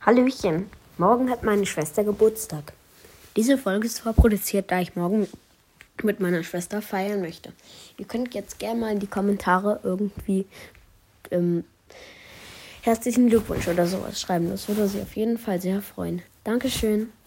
Hallöchen, morgen hat meine Schwester Geburtstag. Diese Folge ist vorproduziert, da ich morgen mit meiner Schwester feiern möchte. Ihr könnt jetzt gerne mal in die Kommentare irgendwie herzlichen Glückwunsch oder sowas schreiben. Das würde sie auf jeden Fall sehr freuen. Dankeschön.